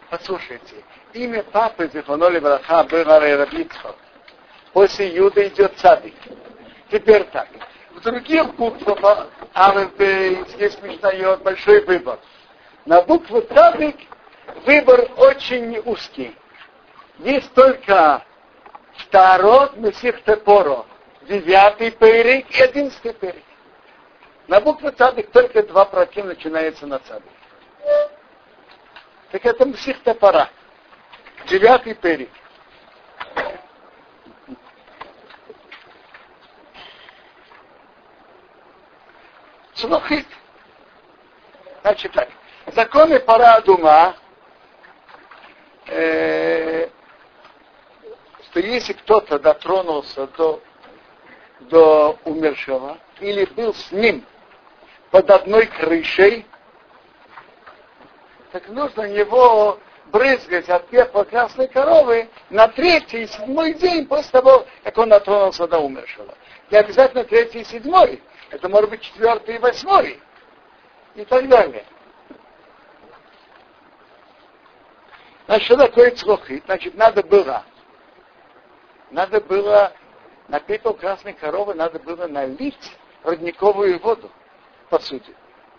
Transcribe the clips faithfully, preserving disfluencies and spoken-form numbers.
Послушайте, имя папы Зихоно левраха было Раби Ицхак. После Юда идет Цадик. Теперь так. В других буквах Алеф, Бей, здесь Мишнайот, большой выбор. На букву Цадик выбор очень узкий. Есть только Старот, Месихте Поро, девятый перек и одиннадцатый перек. На букву Цадик только два против начинается на Цадик. Так это Месихте Пора, девятый перек. Цлохит. Значит так. Законы Парадума, э, что если кто-то дотронулся до, до умершего или был с ним под одной крышей, так нужно его брызгать от пепла красной коровы на третий и седьмой день после того, как он дотронулся до умершего. Не обязательно третий и седьмой. Это может быть четвертый и восьмой. И так далее. Значит, что такое цлохит? Значит, надо было, надо было на пепел красной коровы надо было налить родниковую воду в посуде.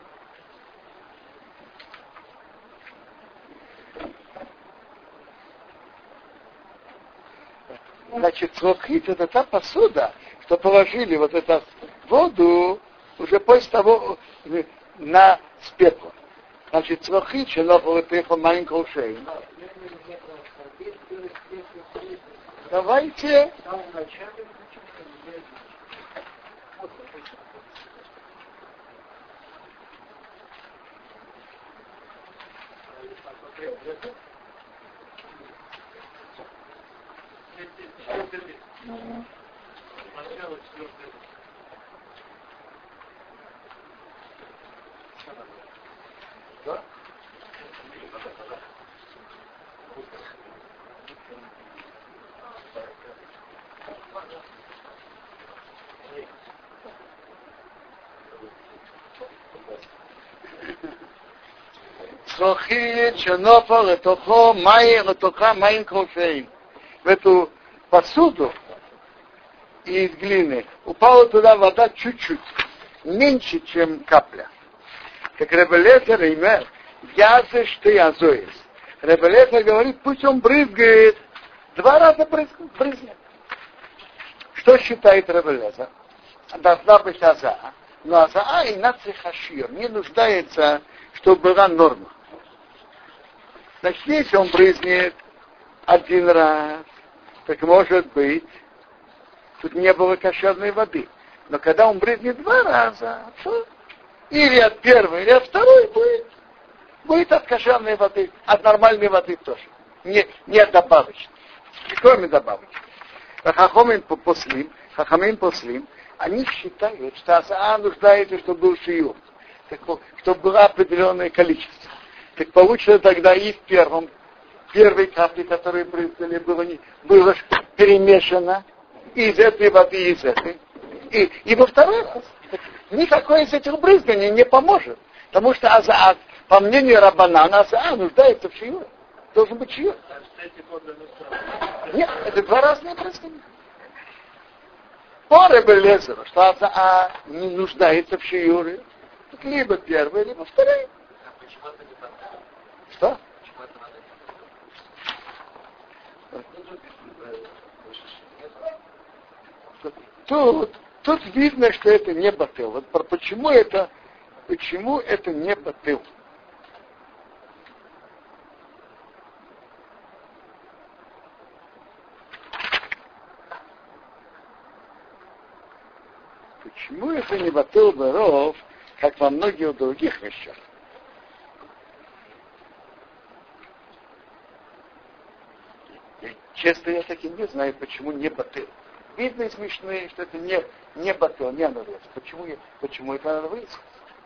Значит, цлохит это та посуда, что положили вот эту воду уже после того на с пеплом. Значит, цлохит, что было пепло маленького шеи. Давайте. Да? Цлохит, шенофа, летохо, май, летоха, майн крофейн. В эту посуду из глины упала туда вода чуть-чуть, меньше, чем капля. Как Ребелезер имел, языш ты азоис. Ребелезер говорит, пусть он брызгает, два раза брызнет. Что считает Ребелезер? Должна быть аза. Но аза и нацихашир не нуждается, чтобы была норма. Значит, если он брызнет один раз, так может быть, тут не было кошерной воды. Но когда он брызнет два раза, то или от первой, или от второй будет, будет от кошерной воды, от нормальной воды тоже. Не, не от добавочной. Кроме добавочной. Хахамим послим, хахамим послим, они считают, что азаа нуждается, чтобы был шиюр. Чтобы было определенное количество. Так получится тогда и в первом, первой капле, которые брызгали, было, не, было перемешано из этой воды, из этой. И, и во второй раз. Никакое из этих брызганий не поможет. Потому что азаа, по мнению Раббанана, азаа нуждается в шиюре. Должен быть шиюр. Нет, это два разные брызгания. По Ребелезеру, что азаа не нуждается в шиюре, либо первое, либо второе. Что? Тут, тут видно, что это не батыл. Вот почему это, почему это не батыл? Почему это не батыл баров, как во многих других вещах? Честно, я таки не знаю, почему не батыл. Видно и смешно, что это не, не батыл, не анурец. Почему, почему это надо выяснить?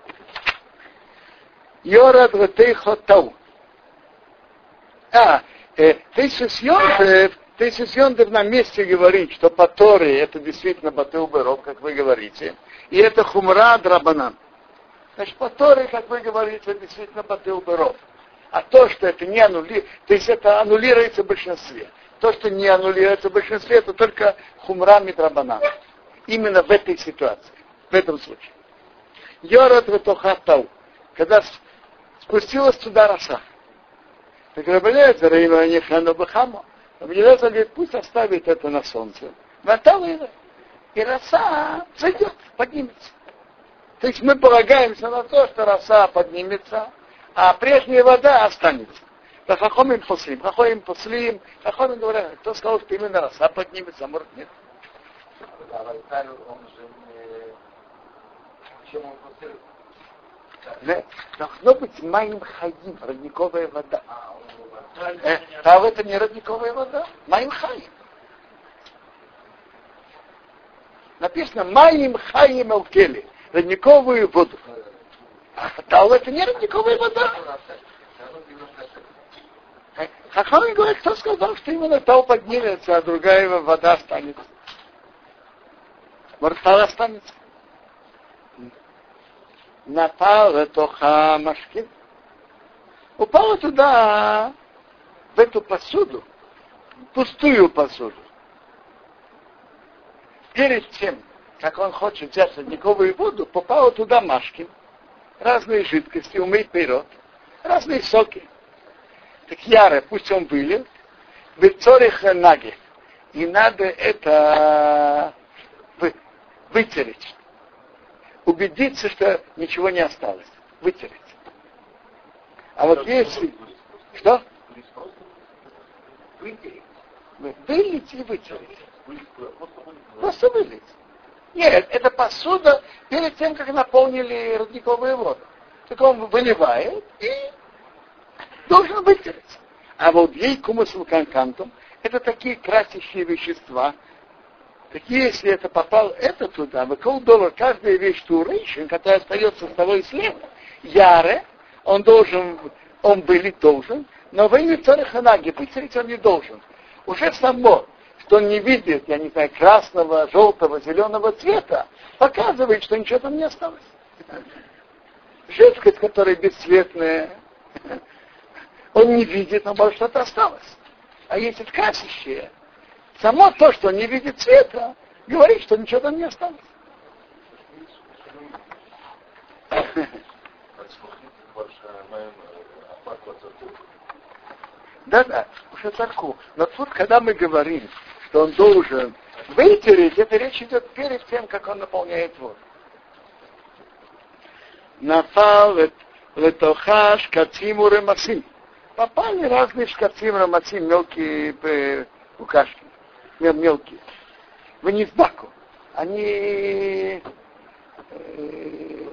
Йорад ватейхо тау. А, Тейсус Йондев, Тейсус Йондев на месте говорит, что по Торе это действительно батыл бэров, как вы говорите, и это хумра драбанан. Значит, по Торе, как вы говорите, это действительно батыл бэров. А то, что это не аннулируется, то есть это аннулируется в большинстве. То, что не аннулируется в большинстве, это только хумра мидрабанан. Именно в этой ситуации, в этом случае. Йорат ветохатау, когда спустилась туда роса. Так Рабелезер, Рейма Нехану Бахамо. Рабелезер говорит, пусть оставит это на солнце. Ваталыра. И роса зайдет, поднимется. То есть мы полагаемся на то, что роса поднимется, а прежняя вода останется. Да хахомим послим, хахомим послим, хахомим говорят, кто сказал, что именно роса поднимется, а может нет. Должно быть маим хаим, родниковая вода. Э, а это не родниковая вода, маим хаим. Написано маим хаим алкели, родниковую воду. А тау это не родниковая вода. Хахамы говорят, кто сказал, что именно тау поднимется, а другая вода останется. Может, тау останется. Напал это хамашкин. Упала туда, в эту посуду, пустую посуду. Перед тем, как он хочет взять родниковую воду, попало туда машкин, разные жидкости, умыть пирот, разные соки. Так яры, пусть он вылил, в цорих наги. И надо это вы, вытереть. Убедиться, что ничего не осталось. Вытереть. А вот если... Что? Вытереть. Вылить и вытереть. Просто вылить. Нет, это посуда перед тем, как наполнили родниковую воду. Так он выливает и должен вытереться. А вот ей кумусом канкантом это такие красящие вещества. Такие, если это попал это туда, выкол доллар, каждая вещь турейшн, которая остается с того и слева, яре, он должен, он вылить должен, но в имя цариханаги вытереть он не должен. Уже само, что он не видит, я не знаю, красного, желтого, зеленого цвета, показывает, что ничего там не осталось. Жидкость, которая бесцветная, он не видит, но может что-то осталось. А если красящее, само то, что он не видит цвета, говорит, что ничего там не осталось. Да-да, уже царку. Но тут, когда мы говорим, что он должен вытереть, это речь идет перед тем, как он наполняет воду. Нафал летоха шкацим уремасим. Попали разные шкацим уремасим, мелкие букашки, мелкие. В низбаку. Они э,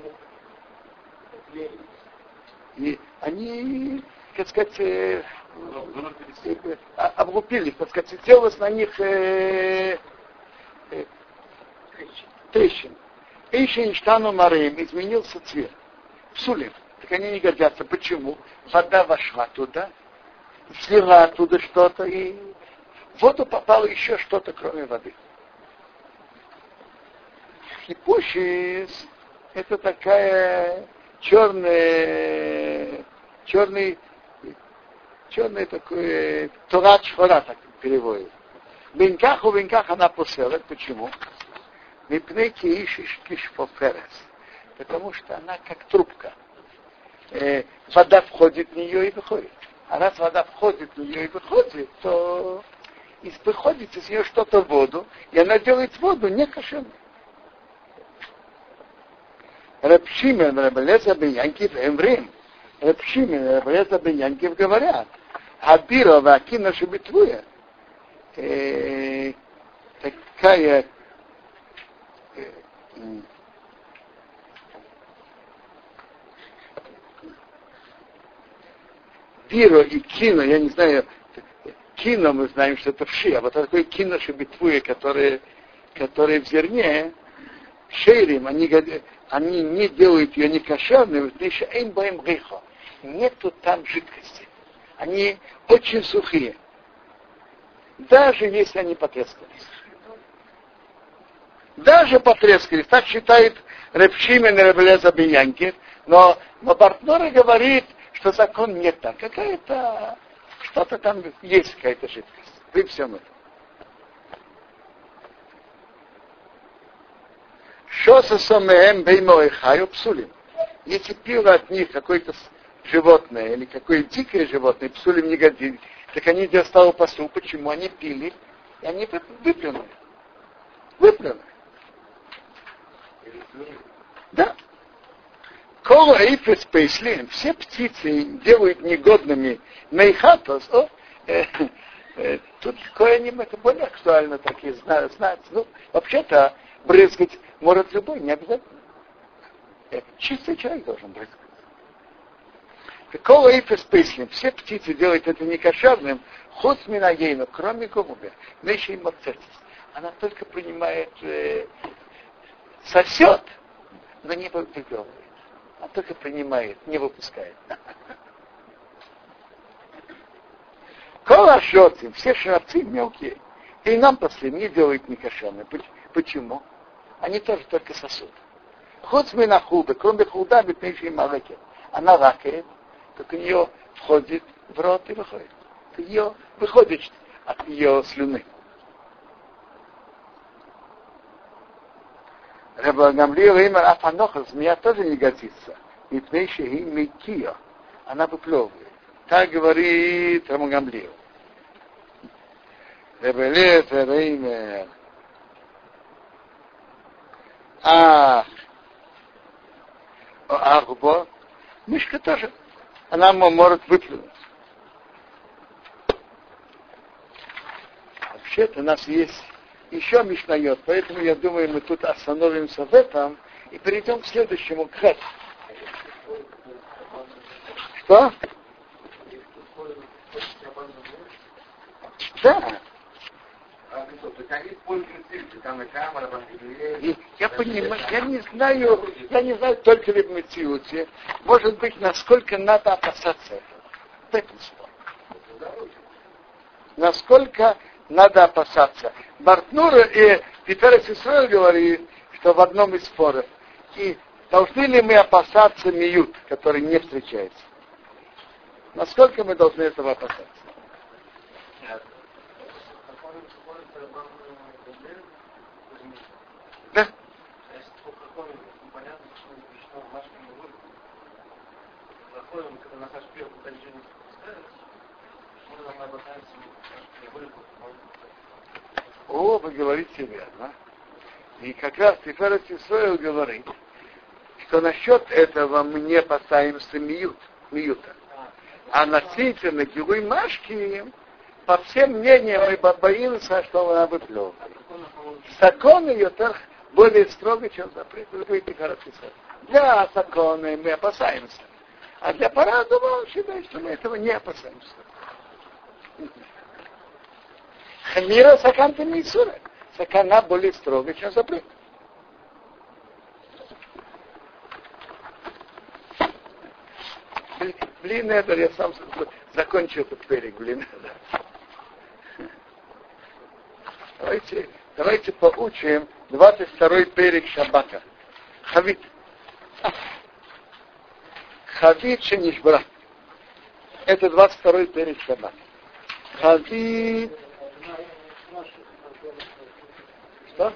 они, так сказать, э, облупились, так сказать, сделалось на них э, э, трещин. Эйшенштану Мареем изменился цвет. Псулев. Так они не годятся. Почему? Вода вошла туда, слила оттуда что-то, и в воду попало еще что-то, кроме воды. Хипушис — это такая черная, черный, черный такой, турат шхора, так переводит. В венках у венках она поселит. Почему? Мипнеки ишиш кишфоферес. Потому что она как трубка. Э, вода входит в нее и выходит. А раз вода входит в нее и выходит, то и выходит из нее что-то в воду, и она делает воду некошерной. Раб Шимон, Раб Элиэзер бен Янкив эмрим. Раб Шимон, Раб Элиэзер бен Янкив говорят, Абира вакина шебитвуя. Такая Биро и кино, я не знаю, кино мы знаем, что это вши, а вот такое кино шебитвуя, которые, которые в зерне, шейрим, они, они не делают ее некошерной, нету там жидкости. Они очень сухие. Даже если они потрескались. Даже потрескались. Так считает Раб Шимон и Раб Элиэзер бен Янкив. Но, но партнеры говорит, что закон не так. Какая-то, что-то там есть, какая-то жидкость. Вы всем этом. Что со самым беймой хаю псулим? Если пил от них какое-то животное или какое-то дикое животное, псулим не годится, так они достали посуду. Почему? Они пили, и они выплюнули. Выплюнули. Да. Кола эйфес пейслин, все птицы делают негодными мейхатос. О, э, э, тут кое-нибудь это более актуально, такие знают, знают. Ну, вообще-то брызгать может любой, не обязательно. Это чистый человек должен брызгать. Кола эйфес пейслин, все птицы делают это некошерным, ход минаейну, кроме голубя, нечей моцетис. Она только принимает, э, сосет, но не выпивает. Она только принимает, не выпускает. Кола шоцим, все шрабцы мелкие, и нам последние делают некошерные. Почему? Они тоже только сосут. Ход на худа, кроме худа, битнейший малекет. Она ракает, так у нее входит в рот и выходит. Ее выходит от ее слюны. Раба Гамлиэл имя Афаноха, змея тоже не годится. Митнейший микио. Она выплевывает. Так говорит Раба Гамлиэл. Раба Лезер имя Ах. Ахбо. Мышка тоже. Она может выплюнуть. Вообще-то у нас есть еще мишнайот, поэтому я думаю, мы тут остановимся в этом и перейдем к следующему кхет. Что? Да. И я понимаю, я не знаю, я не знаю, только ли в Мециуте, может быть, насколько надо опасаться этого. В этом спор. Насколько надо опасаться. Бартнура и Тиферес Исраэль говорит, что в одном из споров. И должны ли мы опасаться миют, который не встречается? Насколько мы должны этого опасаться? Да. О, вы говорите верно. И как раз Тиферес Исраэль говорит, что насчет этого мы не опасаемся миют, миюта. А относительно Гилуй Машки, по всем мнениям, мы боимся, что она выплевывает. Закон ее более строго, чем запрет. Для закона мы опасаемся. А для парада он считает, что мы этого не опасаемся. Хамира саканта мисура. Сакана более строго, чем запрет. Блин, это я сам закончил этот перек, блин. Давайте, давайте поучим двадцать второй перек Шаббата. Хавит. Хавит шенишбра. Это двадцать второй перек Шаббата. Хавит. Что?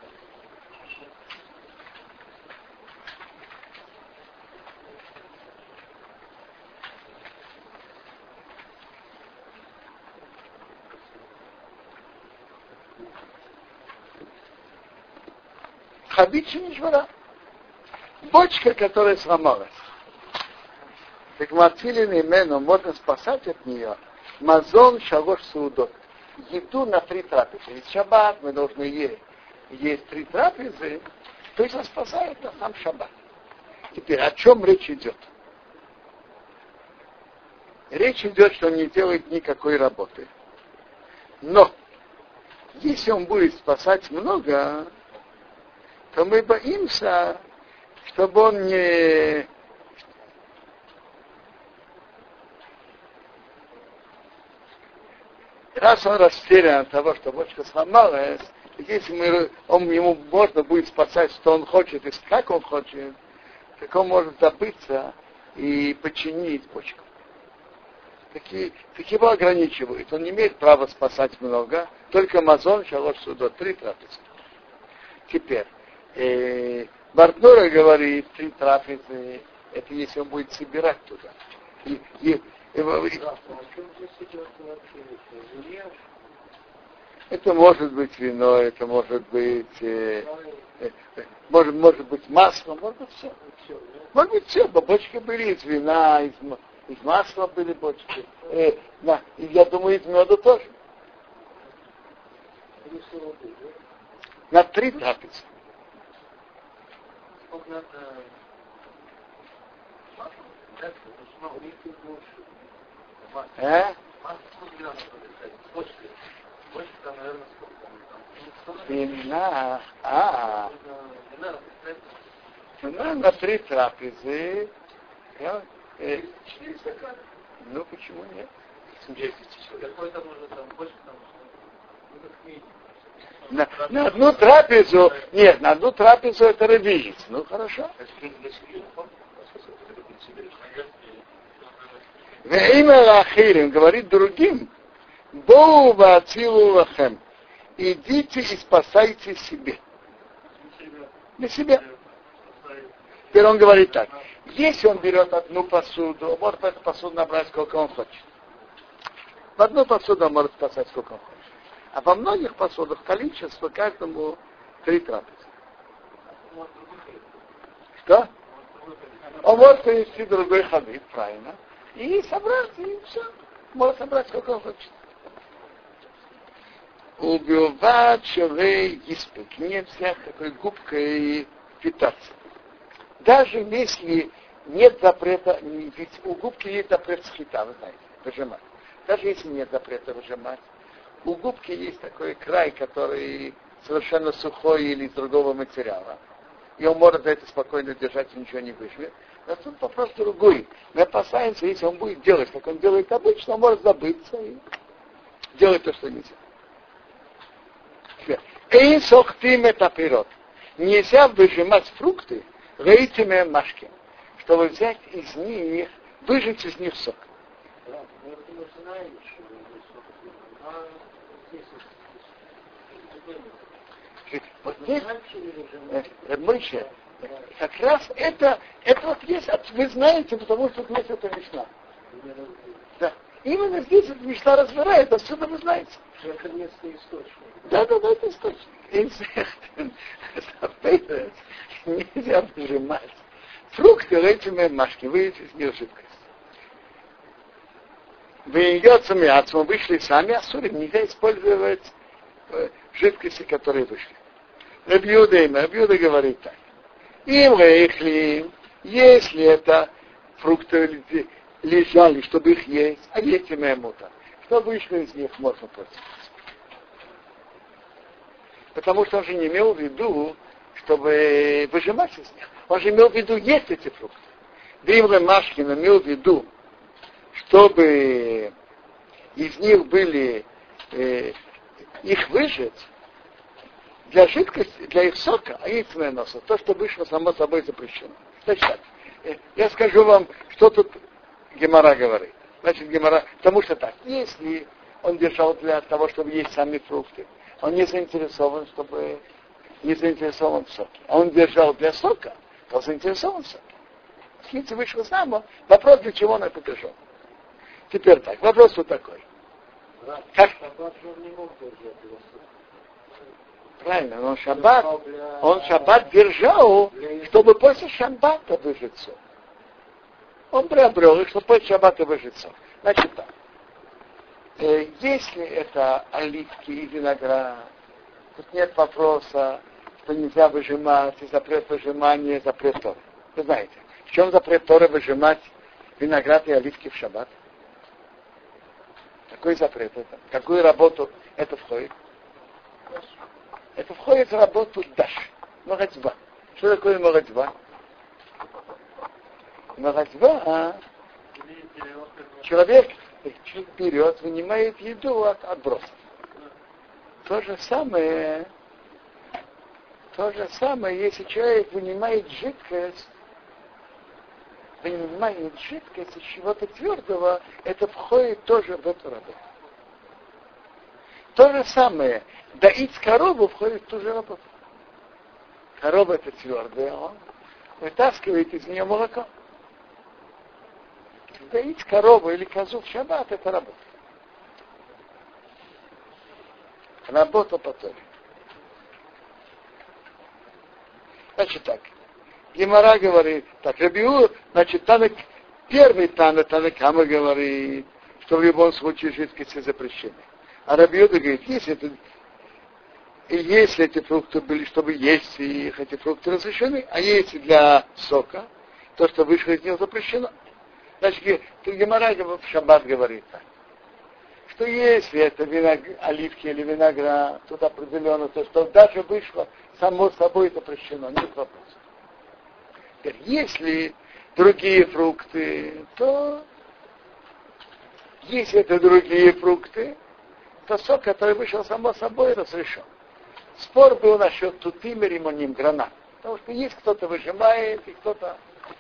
Хабит шенишбра. Бочка, которая сломалась. Так матфилин имену можно спасать от нее. Мазон шалош саудот. Еду на три трапезы. Ведь шаббат мы должны есть. Есть три трапезы, то есть он спасает нас сам шаббат. Теперь о чем речь идет? Речь идет, что он не делает никакой работы. Но если он будет спасать много, то мы боимся, чтобы он не... Раз он растерян от того, что бочка сломалась, если мы, он, ему можно будет спасать, что он хочет и как он хочет, так он может забыться и починить почку. Такие, такие его ограничивают. Он не имеет права спасать много, только мазон, шалош судо, три трапезы. Теперь, э, Бартнура говорит, три трапезы, это если он будет собирать туда. И, и, и, и, это может быть вино, это может быть, э, э, может, может быть масло, может быть все. Может быть все, бочки были из вина, из, из масла были бочки. Э, на, и я думаю, из меда тоже. На три трапезы. А? Вина, а, вина на три трапезы. Я, э, ну почему нет? На, на одну трапезу, нет, на одну трапезу это рыбиец. Ну хорошо. Имя Лахирим говорит другим, Боу ваацилу лахем. Идите и спасайте себе. На себя. Теперь он говорит так. Если он берет одну посуду, он может эту посуду набрать сколько он хочет. В одну посуду он может спасать сколько он хочет. А во многих посудах количество каждому три трапезы. Что? Он может принести другой хабиб, правильно. И собрать, и все. Может собрать сколько он хочет. Убивать шевей испек. Не взять такой губкой питаться. Даже если нет запрета, ведь у губки есть запрет схита, вы знаете, выжимать. Даже если нет запрета выжимать, у губки есть такой край, который совершенно сухой или из другого материала. И он может это спокойно держать и ничего не выжмет. Но тут вопрос другой. Мы опасаемся, если он будет делать, как он делает обычно, он может забыться и делать то, что нельзя. Эйн сохтим это пирот. Нельзя выжимать фрукты, рейтиме машки, чтобы взять из них, выжать из них сок. Вот здесь, э, Мойше, как раз это, это вот есть, вы знаете, потому что тут есть эта мишна. Да. Именно здесь эта мишна разбирает, отсюда вы знаете. Это место источник. Да, да, да, это источник. Нельзя выжимать фрукты этими машки, выйти из них жидкость. Вы идете мясо, вышли сами, а сурим нельзя использовать э, жидкости, которые вышли. Рабиуда им, Рабиуда говорит так. Им рейхли, если это фрукты лежали, чтобы их есть, а эти мемута, что вышло из них, можно пользоваться. Потому что он же не имел в виду, чтобы выжимать из них. Он же имел в виду есть эти фрукты. Димра Машкин имел в виду, чтобы из них были, э, их выжать для жидкости, для их сока, а яйцевая носа, то, что вышло, само собой запрещено. Значит так, э, я скажу вам, что тут Гемара говорит. Значит, Гемара, потому что так, если он держал для того, чтобы есть сами фрукты, он не заинтересован, чтобы не заинтересован в соке. А он держал для сока, то заинтересован в соке. Если вышло само, вопрос, для чего он это держал. Теперь так, вопрос вот такой. Как? Правильно, но он шаббат, он шаббат держал, чтобы после шаббата выжить сок. Он приобрел их, чтобы после шаббата выжить сок. Значит так. Если это оливки и виноград, тут нет вопроса, что нельзя выжимать, и запрет выжимания, запрет Торы. Вы знаете, в чем запрет Торы выжимать виноград и оливки в шаббат? Какой запрет это? Какую работу это входит? Это входит в работу даш. Морацьба. Что такое морацьба? Морацьба, а? Человек чуть вперед вынимает еду от отбросов. То же самое, то же самое, если человек вынимает жидкость вынимание жидкости из чего-то твердого, это входит тоже в эту работу. То же самое, доить корову входит в ту же работу. Корова это твердая, он вытаскивает из нее молоко. Доить корову или козу в шаббат это работа. Работа по Торе. Значит так. Гемара говорит, так, Рабиу, значит, Танак, первый Тана, Танакама говорит, что в любом случае жидкости запрещены. А Рабиуда говорит, если, это, если эти фрукты были, чтобы есть их, эти фрукты разрешены, а если для сока, то, что вышло из них, запрещено. Значит, Гемара в Шаббат говорит так, что если это виног... оливки или виноград, тут определенно, то, что даже вышло, само собой запрещено, нет вопросов. Если другие фрукты, то если это другие фрукты, то сок, который вышел само собой, разрешен. Спор был насчет тутим и римоним, гранат. Потому что есть кто-то выжимает, и кто-то...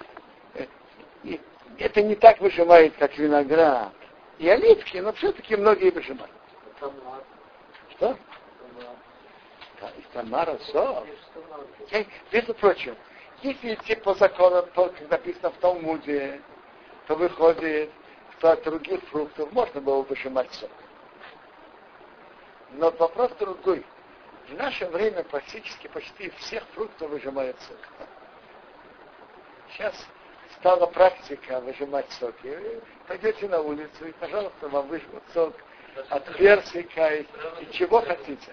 И это не так выжимает, как виноград и оливки, но все-таки многие выжимают. Что? И тамара сок. Между прочим, если идти по закону, то, как написано в Талмуде, то выходит, что от других фруктов можно было выжимать сок. Но вопрос другой. В наше время практически почти всех фруктов выжимают сок. Сейчас стала практика выжимать сок. И вы пойдете на улицу, и, пожалуйста, вам выжмут сок от персика и, и чего хотите.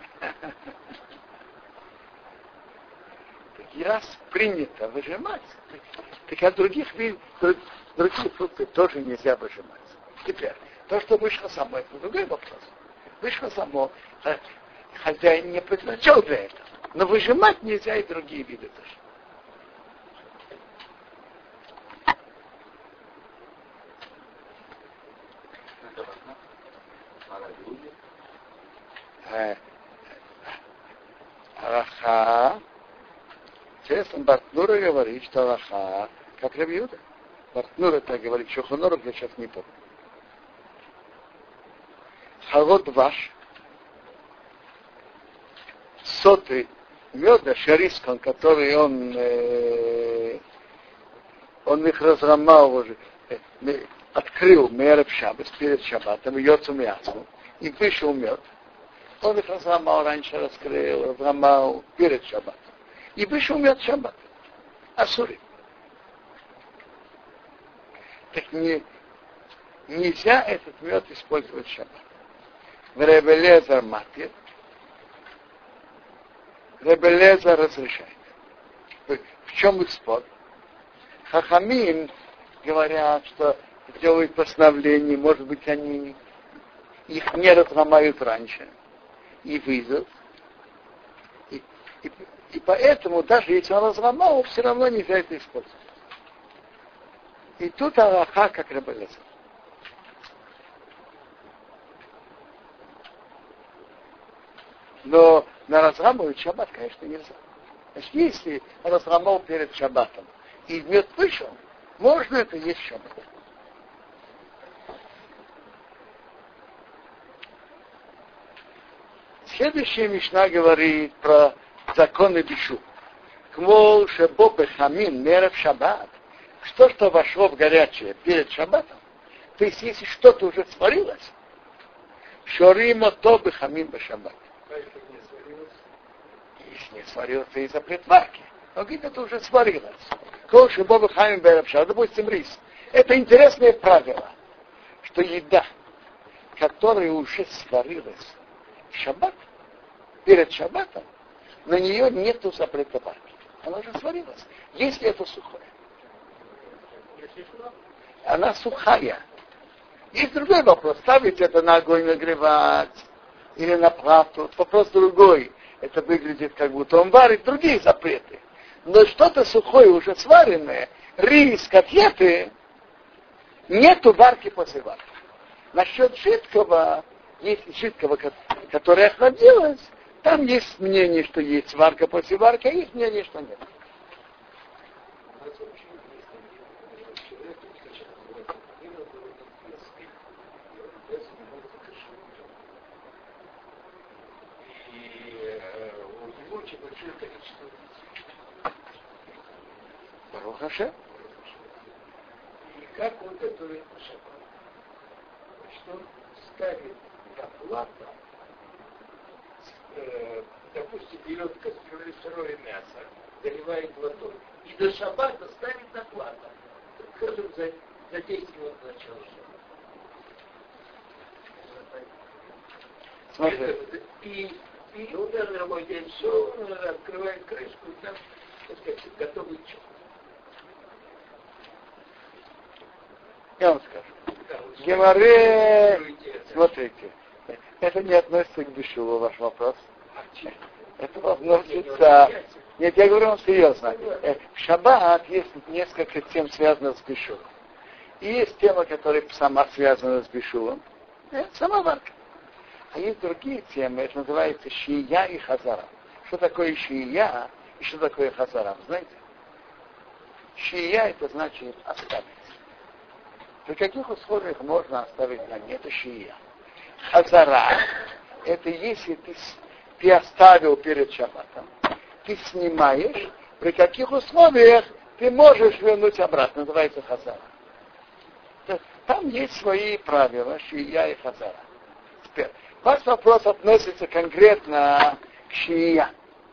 И раз принято выжимать, так от других видов, другие фрукты тоже нельзя выжимать. Теперь, то, что вышло само, это другой вопрос. Вышло само, хозяин не предназначал для этого. Но выжимать нельзя и другие виды тоже. Араха. Интересно, Бартнура говорит, что Араха, как Рабиуда. Бартнура так говорит, Шухоноров я сейчас не помню. Хавод ваш, соты меда, шарискон, который он, э, он их разломал уже, э, открыл мереб шаббат перед шаббатом, йоцу мясом, и вышел мед. Он их разломал, раньше раскрыл, разломал перед шаббатом. И вышел мед шаббата. Асури. Так не, нельзя этот мед использовать в шаббат. В Ребелезер матер. Ребелезер разрешает. В чем их спор? Хахамим говорят, что делают постановление, может быть, они их не разломают раньше и выйдут. И, и, и поэтому, даже если он разломал, все равно нельзя это использовать. И тут Аллаха как Ребелезер. Но на разламывать шаббат, конечно, нельзя. Значит, если разломал перед шаббатом и мед вышел, можно это есть шаббат. Следующая мишна говорит про законы бишу. Кмол шебо бехамин мерев шаббат. Что, что вошло в горячее перед шаббатом, то есть если что-то уже сварилось, шоримо то бехамин бешаббат. Если не сварилось, то из-за притварки. Но говорит, это уже сварилось. Кол шебо бехамин мерев шаббат, допустим, рис. Это интересное правило, что еда, которая уже сварилась в шаббат, перед шаббатом, на нее нету запрета варки. Она уже сварилась. Если это сухое. Она сухая. Есть другой вопрос. Ставить это на огонь, нагревать или на плату. Вопрос другой. Это выглядит, как будто он варит. Другие запреты. Но что-то сухое, уже сваренное, рис, котлеты, нету варки после варки. Насчет жидкого, если жидкого, которое охладилось, там есть мнение, что есть варка после варки, а есть мнение, что нет. Барухаше. И как он готовит на шаббат? Что ставит на плату, э, допустим, берет кастрюлю сырое мясо, заливает водой, и до шаббата ставит на плату. Скажем, за, за десять минут до начала шаббата. Смотри. И, и он на другой день все, открывает крышку, и там, так сказать, готовый чай. Я вам скажу. Геморре, смотрите, это не относится к бешулу, ваш вопрос. Это относится... Нет, я говорю вам серьезно. В шаббат есть несколько тем, связанных с бешулом. И есть тема, которая сама связана с бешулом. Это самоварка. А есть другие темы, это называется шия и хазара. Что такое шия и что такое хазара? Знаете? Шия это значит оставить. При каких условиях можно оставить на нет? Это шия. Хазара это если ты, ты оставил перед шаббатом, ты снимаешь, при каких условиях ты можешь вернуть обратно. Называется хазара. Там есть свои правила, шия и хазара. Теперь, ваш вопрос относится конкретно к шия.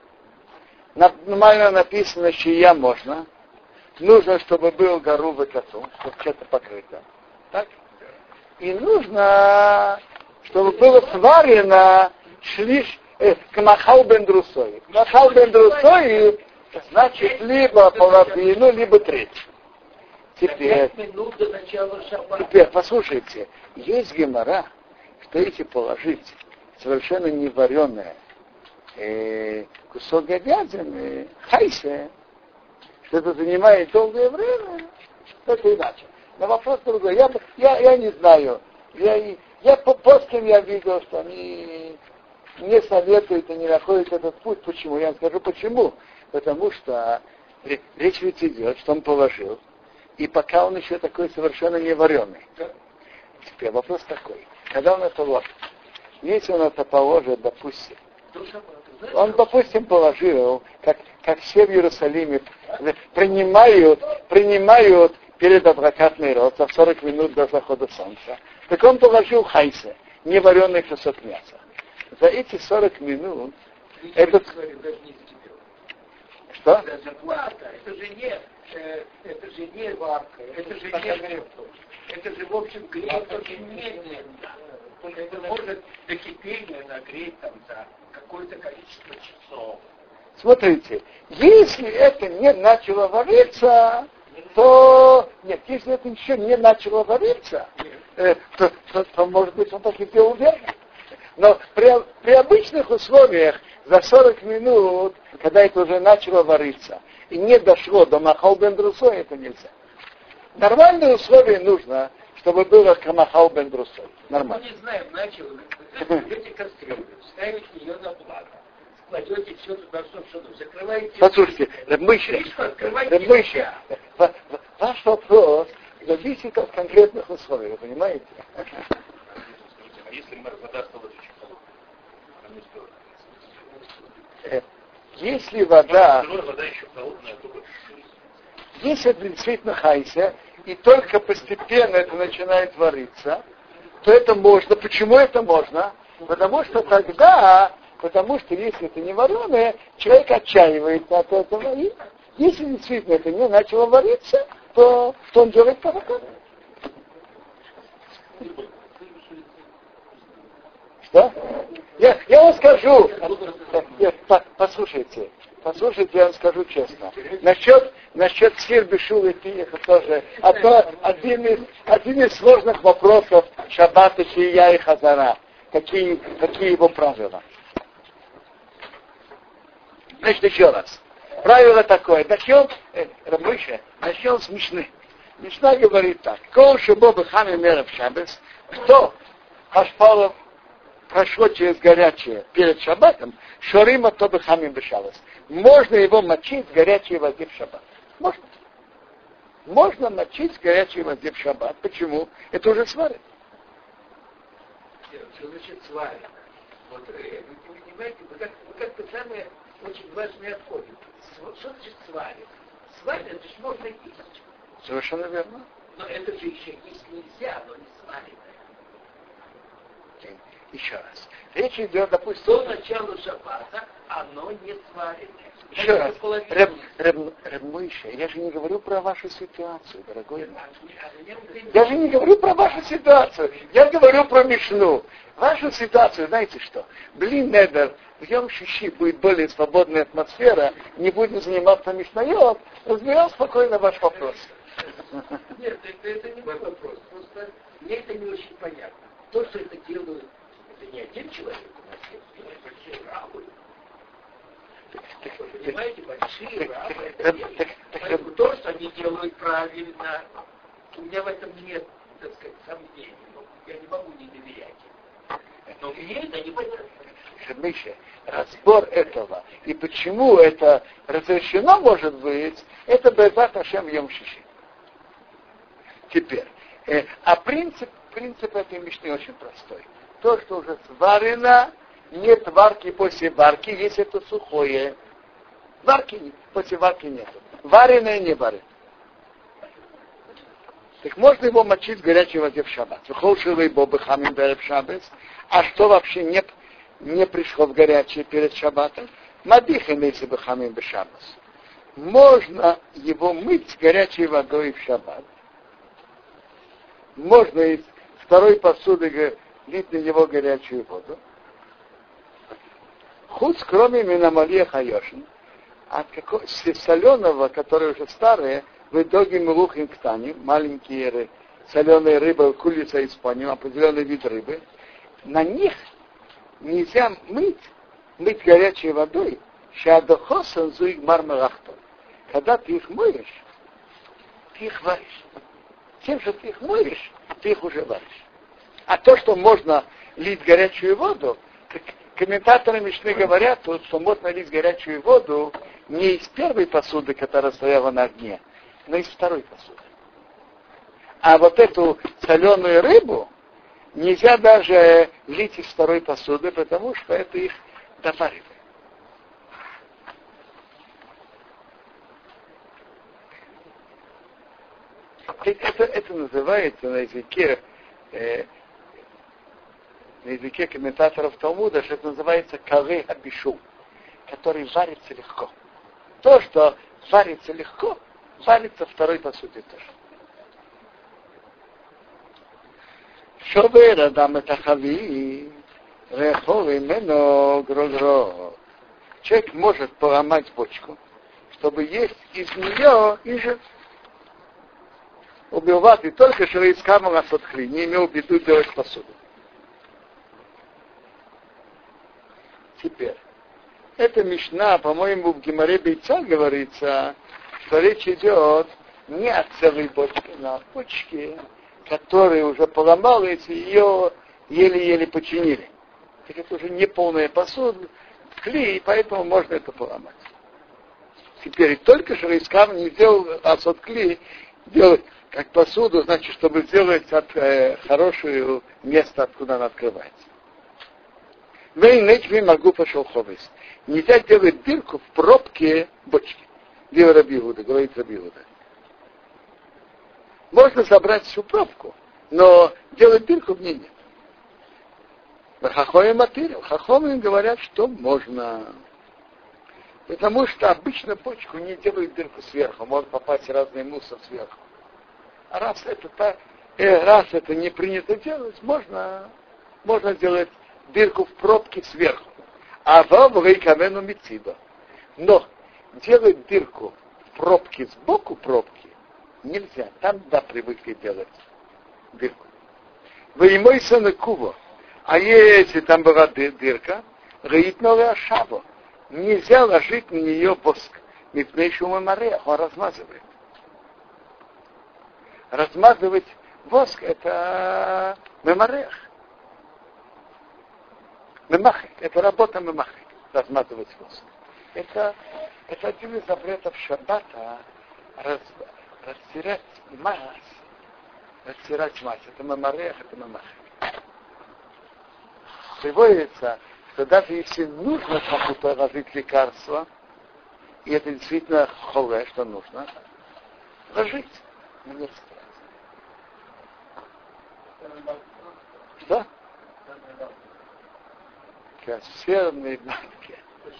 Нормально написано шия можно. Нужно, чтобы был гору выкату, чтобы что-то покрыто. Так? И нужно, чтобы было сварено шлиш э, к махал бен друсой. Махал бен друсой значит либо половину, либо треть. Теперь, теперь, послушайте, есть гемара, что если положить совершенно не вареное э, кусок говядины, хайсе, что это занимает долгое время, это иначе. Но вопрос другой. Я, я, я не знаю. Я, я по постам я видел, что они не советуют и не находят этот путь. Почему? Я вам скажу почему. Потому что речь ведь идет, что он положил, и пока он еще такой совершенно не вареный. Теперь вопрос такой. Когда он это ложит? Если он это положит, допустим, он, допустим, положил, как, как все в Иерусалиме принимают, принимают перед адвокатный рот за сорок минут до захода солнца. Так он положил хайсе, не вареный кусок мяса. За эти сорок минут этот... Что? Это зарплата, это же не, э, это же не варка, это же не... Это же, в общем, греет очень медленно. Это может до кипения нагреть там за какое-то количество часов. Смотрите, если это не начало вариться, то... Нет, если это еще не начало вариться, э, то, то, то, может быть, он так и делал верно. Но при, при обычных условиях за сорок минут, когда это уже начало вариться, и не дошло до махал бен друсой, это нельзя. Нормальные условия нужно, чтобы было камахал бен друсой. Нормально. Мы не знаем, начал, берете кастрюлю, ставите ее на плату, кладете все туда, что, что закрываете. Послушайте, Рабмыша, Рабмыша, ваш вопрос зависит от конкретных условий, вы понимаете? А если вода стала очень холодной? Если вода... Вода еще холодная, то если это действительно хайся, и только постепенно это начинает вариться, то это можно. Почему это можно? Потому что тогда, потому что если это не вареное, человек отчаивается от этого. И если действительно это не начало вариться, то что он делает по-разному? Что? Я, я вам скажу. Нет, послушайте. Послушайте, я вам скажу честно. Насчет, насчет сир, бешул и пиеха тоже. Одно, один, из, один из сложных вопросов шаббата, шия и хазара. Какие, какие его правила? Значит, еще раз. Правило такое. Начнем, э, Рабмыша, начнем с Мишны. Мишна говорит так. Кол шебо хами меров шаббес. Кто хашпалов прошло через горячее перед шаббатом, шорима то бы хамим бешалос. Можно его мочить в горячей воде в шаббат. Можно. Можно мочить в горячей воде в шаббат. Почему? Это уже сварит. Что значит сварит? Вот, вы понимаете, вы как, вы как-то самые очень важные отходы. Что значит сварит? Сварено, это же можно есть. Совершенно верно. Но это же еще есть нельзя, но не сварено. Еще раз. Речь идет, допустим... До начала шаббата оно не сварено. Еще раз. Реб, реб, реб Мойша, я же не говорю про вашу ситуацию, дорогой мой. Я же не говорю про вашу ситуацию. Я говорю про Мишну. Вашу ситуацию, знаете что? Блин, недер, в Йом Шиши будет более свободная атмосфера, не будем заниматься Мишнайот, разберем спокойно ваш вопрос. Нет, это, это не мой вопрос. Просто мне это не очень понятно. То, что это делают, это не один человек, у нас есть большие рабы. Вы понимаете, большие рабы, это делают. Поэтому то, что они делают правильно, у меня в этом нет, так сказать, сомнений. Я не могу не доверять им. Но мне это не понятно. Миша, разбор этого и почему это разрешено может быть, это Бе'эзрат Ашем Йом Шиши. Теперь, э, а принцип, принцип этой мишны очень простой. То, что уже сварено, нет варки после варки, если это сухое. Варки после варки нет. Вареное не вареное. Так можно его мочить в горячей воде в шаббат. А что вообще не, не пришло в горячее перед шаббатом? Мадих имеется бы хамим бешаббас. Можно его мыть горячей водой в шаббат. Можно из второй посуды лить на него горячую воду. Худ, кроме минамалия хайошин, от какого, соленого, который уже старые, в итоге мелухим ктани, маленькие соленые рыбы, курица из Испании, определенный вид рыбы, на них нельзя мыть, мыть горячей водой, шадохосан зуик мармелахтон. Когда ты их моешь, ты их варишь. Тем, что ты их моешь, ты их уже варишь. А то, что можно лить горячую воду, комментаторы Мишны говорят, что можно лить горячую воду не из первой посуды, которая стояла на огне, но из второй посуды. А вот эту соленую рыбу нельзя даже лить из второй посуды, потому что это их доваривает. Это, это называется на языке э, на языке комментаторов Талмуда, что это называется каве абишу, который варится легко. То, что варится легко, варится второй посуде тоже. Шовер адам это хави, рехов именно грогро. Человек может поломать бочку, чтобы есть из нее и же убивать, и только что из камера сотхли, не имел в виду делать посуду. Теперь, эта мишна, по-моему, в Гемаре Бейца говорится, что речь идет не о целой бочке, но о бочке, которая уже поломалась, и ее еле-еле починили. Так это уже не полная посуда, клей, и поэтому можно это поломать. Теперь, только что из камня не сделал асот клей, делать как посуду, значит, чтобы сделать от, э, хорошее место, откуда она открывается. Могу пошел хоббис. Нельзя делать дырку в пробке бочки. Дело Раби Иуда, говорит Раби Иуда. Можно собрать всю пробку, но делать дырку в ней нет. Хахоим материал. Хахоим говорят, что можно. Потому что обычно бочку не делают дырку сверху, может попасть разный мусор сверху. А раз это, так, э, раз это не принято делать, можно, можно делать дырку в пробке сверху. А в камену мицидо. Но делать дырку в пробке сбоку пробки нельзя. Там, да, привыкли делать дырку. Вы и мой сын куво. А если там была дырка, ритновая шаво. Нельзя ложить на нее воск. Мипнейшума марех, он размазывает. Размазывать воск — это мемарех. Мемахек. Это работа мемахек. Размазывать воск. Это, это один из запретов шаббата. Раз, растирать мазь. Растирать мазь. Это мемарех, это мемахек. Приводится, что даже если нужно кому-то разжить лекарство, и это действительно холе, что нужно, ложить на несколько раз. Что? Консервные банки.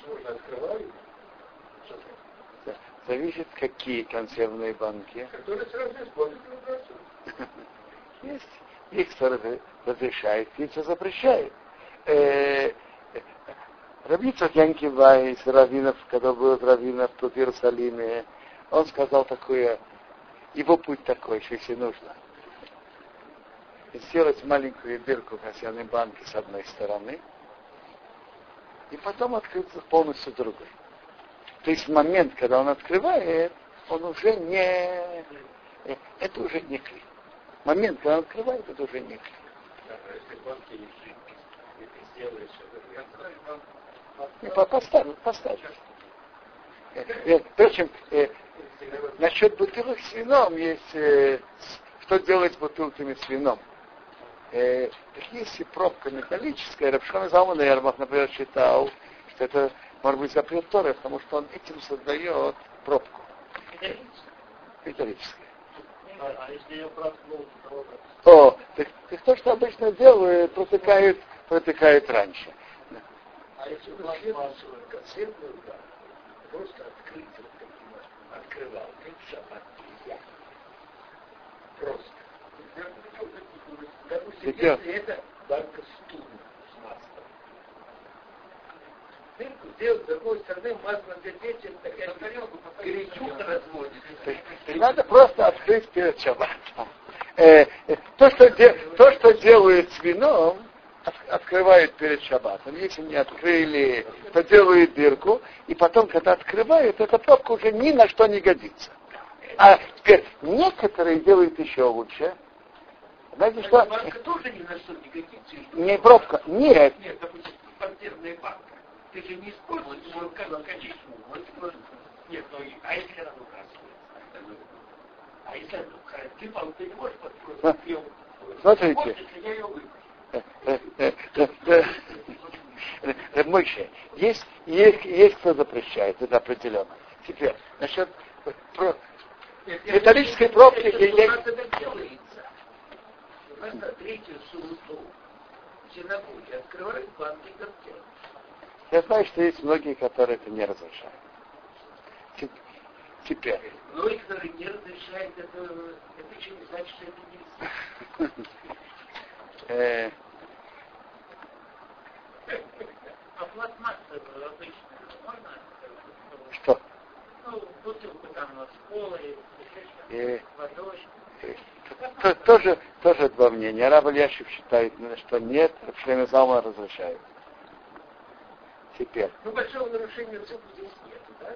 Зависит, какие консервные банки. Которые сразу используют. Есть. Их разрешает, есть, что запрещает. Э, Раби Янки Вайс, раввинов, когда был раввинов тут в Иерусалиме, он сказал такое, его путь такой, что если нужно, сделать маленькую дырку в консервной банке с одной стороны, и потом открыться полностью другой. То есть в момент, когда он открывает, он уже не... Это уже не клей. Момент, когда он открывает, это уже не клей. Не, поставь, поставь. Впрочем, э, насчет бутылок с вином есть, э, что делать с бутылками с вином. Э, если пробка металлическая, Рабшон Залман Эрмах, например, считал, что это может быть запрет Торы, потому что он этим создает пробку. Металлическая. А если ее проткнул, О, так, так то, что обычно делают, протыкают, протыкают раньше. а если пластмассовую консервную, да, просто открыть, вот таким, открывал, как шаббат нельзя. Просто. Допустим, если это банка с тунной, с маслом. Дырку сделать, с другой стороны, масло для детей, такая горячуха разводится. Надо просто открыть перед шаббатом. Э, э, то, что де, то, что делают с вином, от, открывают перед шаббатом. Если не открыли, то делают дырку, и потом, когда открывают, эта пробка уже ни на что не годится. А теперь некоторые делают еще лучше. Знаете что? Банка тоже ни на что не годится. Не пробка, нет. Нет, допустим, консервная банка. Ты же не используешь его как качеству. Нет, ну, а если она выбрасывается? А если она выбрасывается? Ты, по ты не можешь подпрыгнуть ее. Смотрите. Если я ее выбросил. Мойше, есть, есть, есть кто запрещает, это определенно. Теперь, насчет про, металлической пробки, У нас это делается. У нас на третью субботу в синагоге открывают банки консервов. я знаю, что есть многие, которые это не разрешают. Теперь. Но их, которые не разрешают, это, это еще не значит, что это нельзя. Э, А пластмассовую обычно можно? что? Ну, бутылку там с колой, Э, водой. то, тоже, тоже два мнения. Рав Ильяшев считает, что нет, Шлем Залман разрешает. Теперь. Ну, большого нарушения зуб здесь нет, да?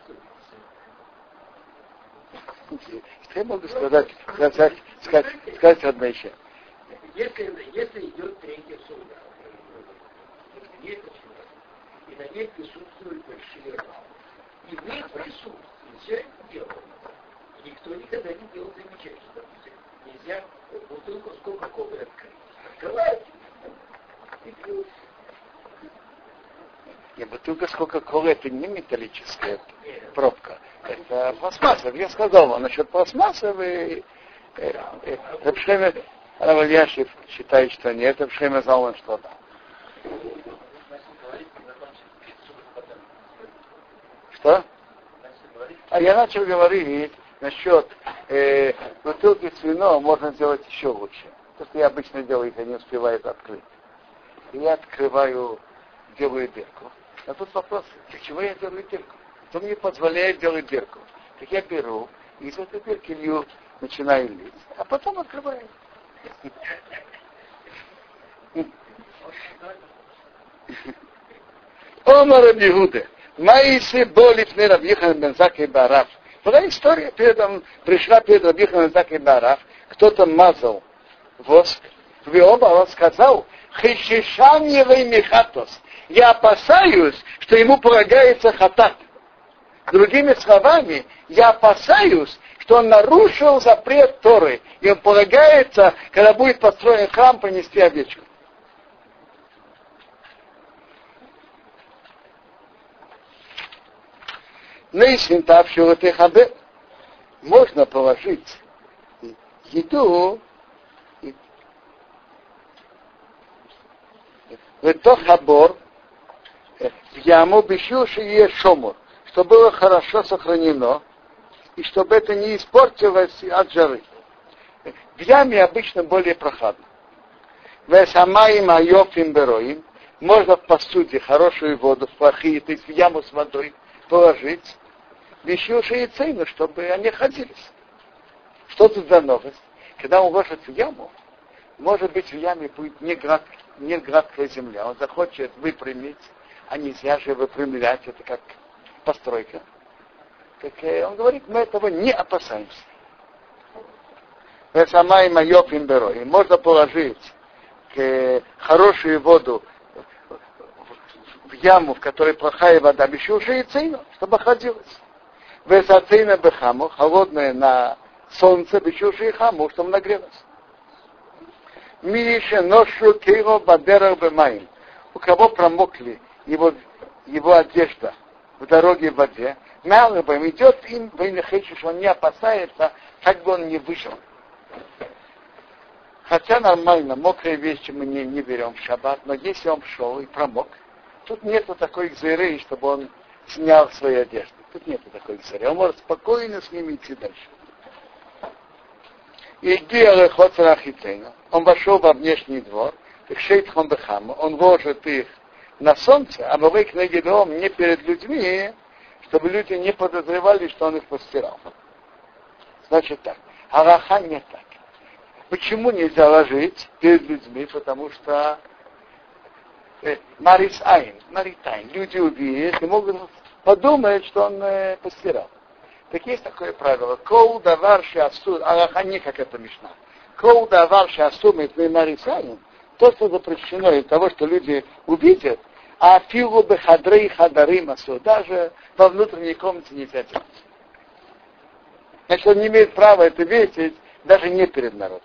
Что я могу сказать, сказать, сказать, сказать одно еще? Если, если идет третья суда, есть суда, и на ней присутствуют большие рамы, и в их присутствии все это делают. Никто никогда не делал замечательно. Допустим, нельзя бутылку с кока-колой открыть. Открывают и пьют. Нет, бутылка с кока-колой это не металлическая пробка. Это пластмассовая. Я сказал вам насчет пластмассовой. Раб Ильяшев считает, что нет. Раб Залман, что да. Что? А я начал говорить насчет э, бутылки с вином можно сделать еще лучше. То, что я обычно делаю, если не успеваю открыть. И я открываю, делаю дырку. А тут вопрос, для чего я делаю дырку? Кто мне позволяет делать дырку? Так я беру, и из этой дырки лью, начинаю лить, а потом открываю. Омар Раби Иуда. Маиси боли пней Раби Йоханан бен Заккай Баараф. Была история, перед, пришла перед Раби Йохананом бен Заккай Баараф, кто-то мазал воск. В оба он сказал, хешишан евей михатос. Я опасаюсь, что ему полагается хатат. Другими словами, я опасаюсь, что он нарушил запрет Торы, и он полагается, когда будет построен храм, принести овечку. Нейсин тавшего техабе. Можно положить еду в тохабор в яму бешуши и шомур, чтобы было хорошо сохранено и чтобы это не испортилось от жары. В яме обычно более прохладно. Весамаим айофим бероим. Можно в посуде хорошую воду, в плохие, то есть в яму с водой положить. Вещуши и цейну, чтобы они ходились. Что тут за новость? Когда он ложит в яму, может быть, в яме будет не, град, не гладкая земля. Он захочет выпрямить, а нельзя же выпрямлять, это как постройка. Так он говорит, мы этого не опасаемся. Сама и майопим берой. Можно положить хорошую воду в яму, в которой плохая вода, бешуши и цейну, чтобы ходилась. Весацейна бехаму, холодная на солнце, бешуши и хаму, чтобы нагрелась. Мише ношу кейро бадерах бемаим. У кого промокли его, его одежда в дороге в воде, налыбом идет им, что он не опасается, как бы он не вышел. Хотя нормально, мокрые вещи мы не, не берем в шаббат, но если он шел и промок, тут нету такой гзыры, чтобы он снял свои одежды. Тут нету такой гзыры. Он может спокойно с ними идти дальше. Он вошел во внешний двор, он ложит их на солнце, а мы книги дом не перед людьми, чтобы люди не подозревали, что он их постирал. Значит так. Араха не так. Почему нельзя ложить перед людьми? Потому что э, Марис Айн, Маритайн, люди увидят и могут подумать, что он э, постирал. Так есть такое правило. Коу давар шиасу, Араха не как это Мишна. Коу давар шиасу митный Марис Айн. То, что запрещено из того, что люди увидят, а филу бы хадрей хадары масу, даже во внутренней комнате нельзя делать. Значит, он не имеет права это видеть, даже не перед народом.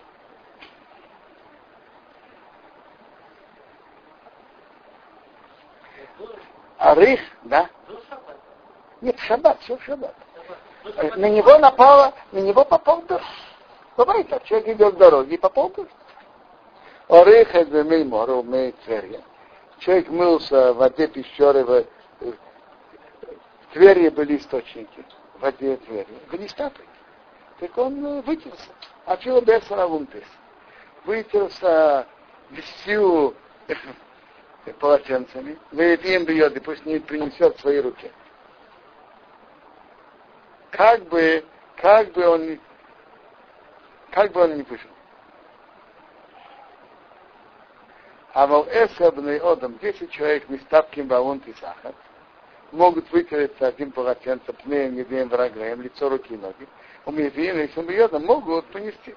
Арих, да? Нет, шаббат, все в шаббат. На него напало, на него попал дождь. Бывает так, человек идет в дороге и попал дождь. Арих это меймор, умеет Тверья. Человек мылся в воде пещеры, в, в Тверье были источники, в воде Тверье. В Нестапе. Так он вытерся. А чего без равунтес? Вытерся десятью полотенцами. Им бьет, и пусть не принесет в свои руки. Как бы, как бы он, как бы он не вышел. А вол эсабный одам, десять человек мистапким баунт и сахар, могут вытереться одним полотенцем, пнеем, едем, врагаем, лицо, руки и ноги. У мизина и сумбиода могут понести.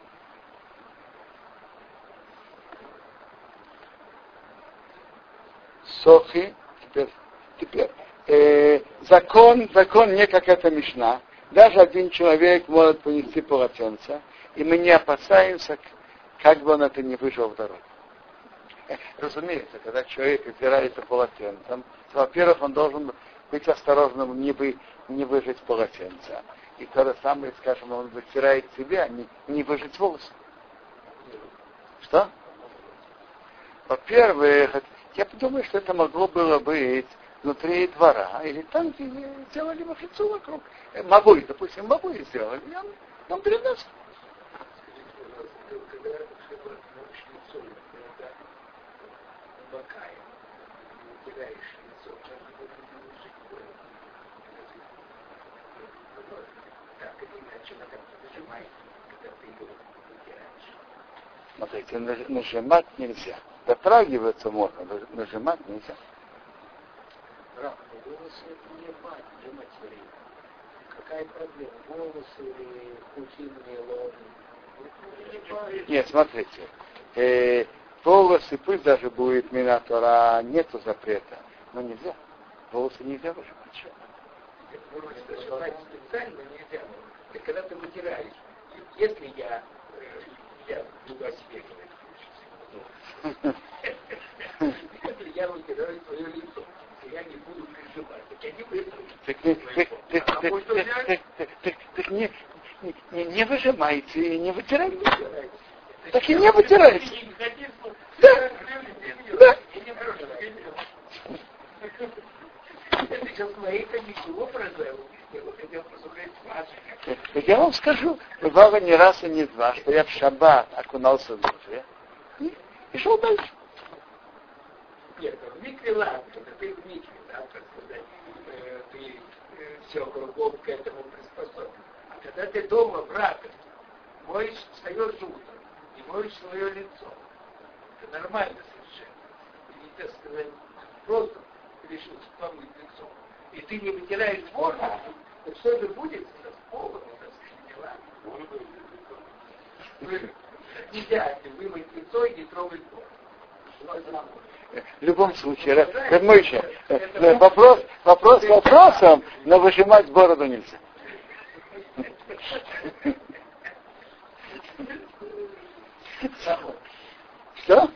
Сохи, теперь, теперь э, закон, закон не как это Мишна. Даже один человек может понести полотенце, и мы не опасаемся, как бы он это не вышел в дорогу. Разумеется, когда человек опирается полотенцем, то, во-первых, он должен быть осторожным, не, вы, не выжать полотенце. И то же самое, скажем, он вытирает себя, не, не выжать волосы. Что? Во-первых, я подумаю, что это могло было быть внутри двора, или там, где делали махицу вокруг. Мабуи, допустим, мабуи сделали, и он, он перенес. Смотрите, нажимать нельзя. Дотрагиваться можно, нажимать нельзя. Какая проблема? Волосы или кутильные лоны? Нет, смотрите. Э, волосы, пусть даже будет минатора, нету запрета. Но нельзя. Волосы нельзя выжимать. Волосы зажимать специально нельзя. Это когда ты вытираешь. Если я, я буду о себе говорить. Если я вытираю свое лицо, я не буду прижимать. Так я не вытру. не выжимайте и не вытирайте. Так и не вытирайте. Да. Да. Я вам скажу, бывало не раз и не два, что я в шаббат окунался в море и, и шел дальше. Нет, в микве ладно, ты в микве, да, так сказать, э, ты э, все кругом к этому приспособлен. А когда ты дома в раковине, моешь, встаешь утром и моешь свое лицо, это нормально совершенно. И, так сказать, просто решил помыть лицо, и ты не вытираешь воду, то что же будет с полом, так сказать, дела? Нельзя вымыть лицо и не трогать воду. В любом случае, Рамойша, вопрос, вопрос вопросом, но выжимать бороду нельзя. Что?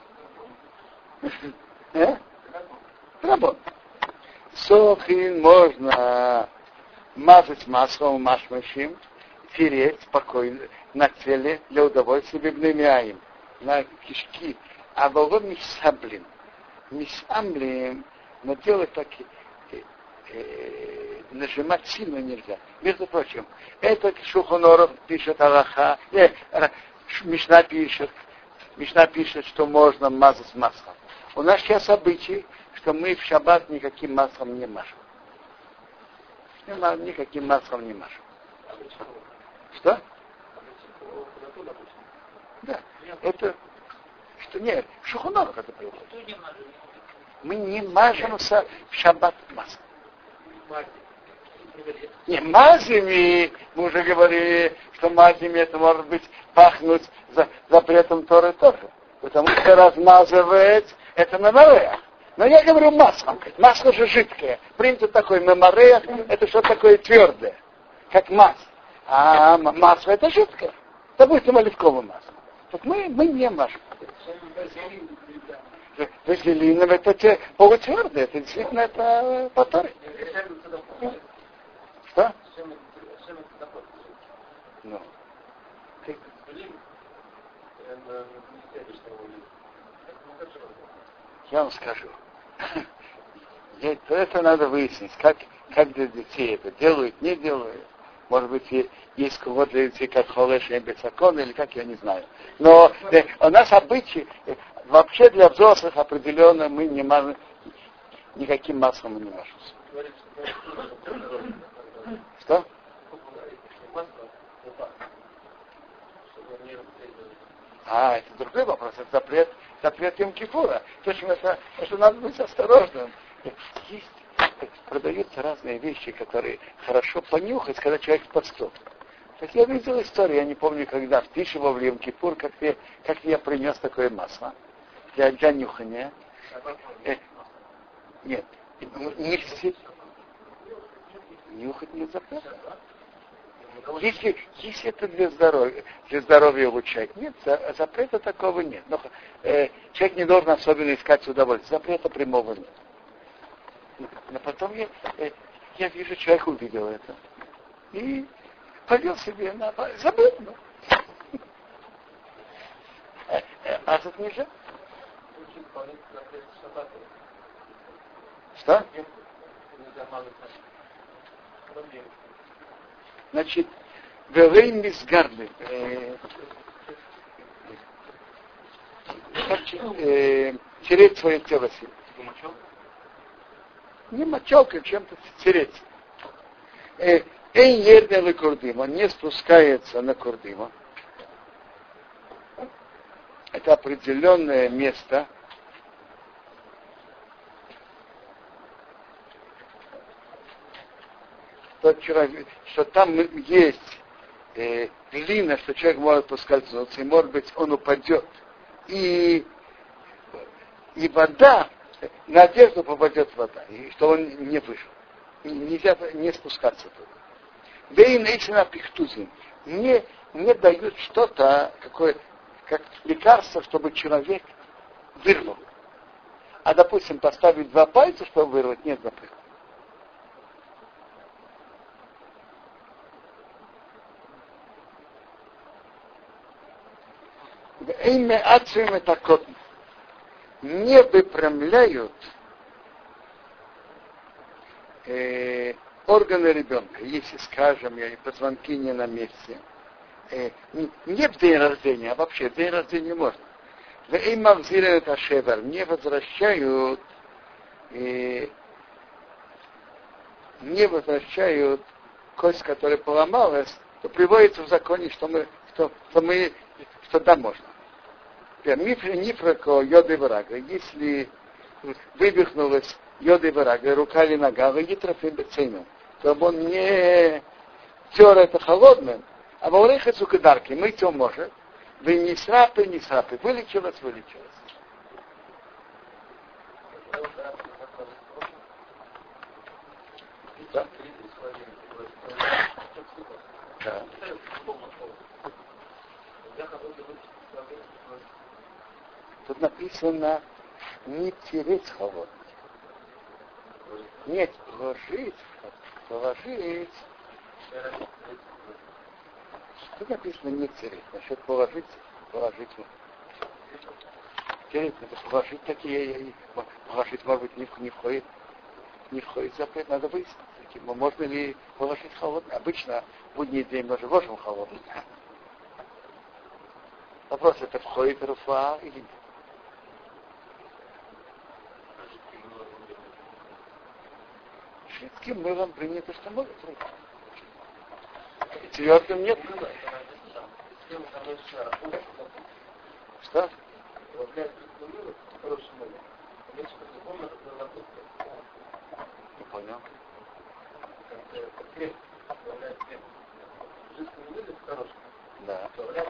Э? Работа. Сохин можно мазать маслом, машмашим, тереть спокойно на теле для удовольствия бибнемяем, на кишки. А волом мисаблин. Мисамблин, но делать так, э, э, нажимать сильно нельзя. Между прочим, это Шухоноров пишет Аллаха, э, Мишна пишет, Мишна пишет, что можно мазать маслом. У нас сейчас обычай, что мы в шаббат никаким маслом не мажем. Никаким маслом не мажем. Что? Да, это... Что нет, в Шухонорах это приводит. Мы не мажем в шаббат маслом. Не, мазим, и мы уже говорили, что мазим это может быть пахнуть за запретом Торы тоже. Потому что размазывать это меморея. Но я говорю маслом. Масло же жидкое. Принцип такой меморея, это что такое твердое, как масло. А масло это жидкое. Допустим, оливковое масло. Так мы, мы не мажем. Вазелином это те, полутвердое, это действительно это по Торе. Что? Ну. Я вам скажу. Это, это надо выяснить, как, как для детей это делают, не делают. Может быть, есть кого-то для детей, как холеш и бецакон, или как, я не знаю. Но э, у нас обычаи, э, вообще для взрослых определенно мы не мажем, никаким маслом мы не мажемся. Что? А, это другой вопрос, это запрет, запрет Йом-Кипура. Точно, это, это надо быть осторожным. Есть, продаются разные вещи, которые хорошо понюхать, когда человек под стол. Так я видел историю, я не помню, когда в Тишево, в Йом-Кипур, как я, как я принес такое масло для, для нюхания. Э, нет, не все. Нюхать не запрещено. Если, если это для здоровья, для здоровья улучшать, нет, за, запрета такого нет. Но э, человек не должен особенно искать удовольствие. Запрета прямого нет. Но потом я, э, я вижу, человек увидел это. И повел себе на... Забыл. Ну. Э, э, а тут нельзя? Что? Значит, Велейн Мисгарды. Тереть свое тело сильно. Не мочалкой, чем-то тереть. Эй, ердел курдима, не спускается на курдима. Это определенное место, что там есть э, глина, что человек может поскользнуться, и может быть он упадет. И, и вода, на одежду попадет вода, и что он не вышел. И нельзя не спускаться туда. Да и на пихтузин. Не, не дают что-то, какое, как лекарство, чтобы человек вырвал. А, допустим, поставить два пальца, чтобы вырвать, нет запрета. Имя ацим это кот. Не выпрямляют э, органы ребенка, если, скажем, позвонки не на месте. Э, не в день рождения, а вообще в день рождения можно. Им мавзирят ашевер, не возвращают, э, не возвращают кость, которая поломалась, то приводится в законе, что мы, что, что мы, что да, можно. Нифрако йоды врага, если вывихнулась йоды врага, рука или нога, вы гитрофим бецейну, то он не тер это холодным, а во время цукадарки мыть его может, вы не срапы, не срапы, вылечилось, вылечилось. Да? Да. Тут написано не тереть холодный. Нет, положить, положить. Тут написано не тереть. Насчет положить, положить. Тереть, надо положить такие, положить, может быть, не, не входит, не входит в запрет, надо выяснить. Можно ли положить холодный? Обычно в будний день мы же ложим холодный. Вопрос, это входит в руфа или нет? Жидким мылом принято, что может быть. Твердым нет. Что? Не понял. Да.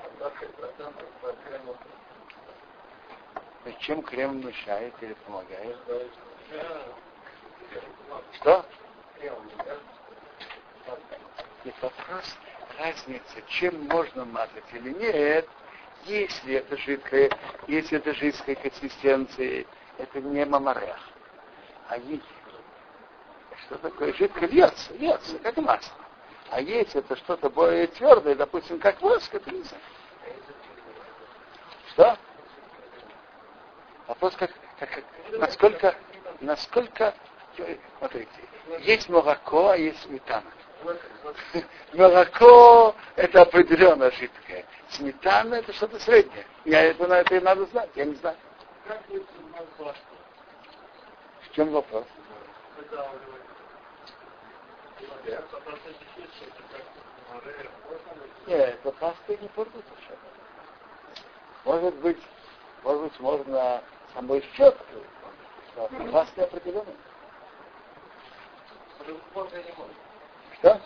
И чем крем мешает или помогает? Что? И вопрос, разница, чем можно мазать или нет, если это жидкое, если это жидкой консистенции, это не мамарех. А если что такое жидкое, льется, льется, как масло. А если это что-то более твердое, допустим, как воск, это не знаю. Что? Вопрос, как, как, как насколько, насколько, смотрите, есть молоко, а есть сметана. Молоко это определенно жидкое. Сметана это что-то среднее. Я это, это надо знать, я не знаю. В чем вопрос? Нет, это паста не портится. Может быть, может быть, можно самой щеткой. Паста определенно. Что?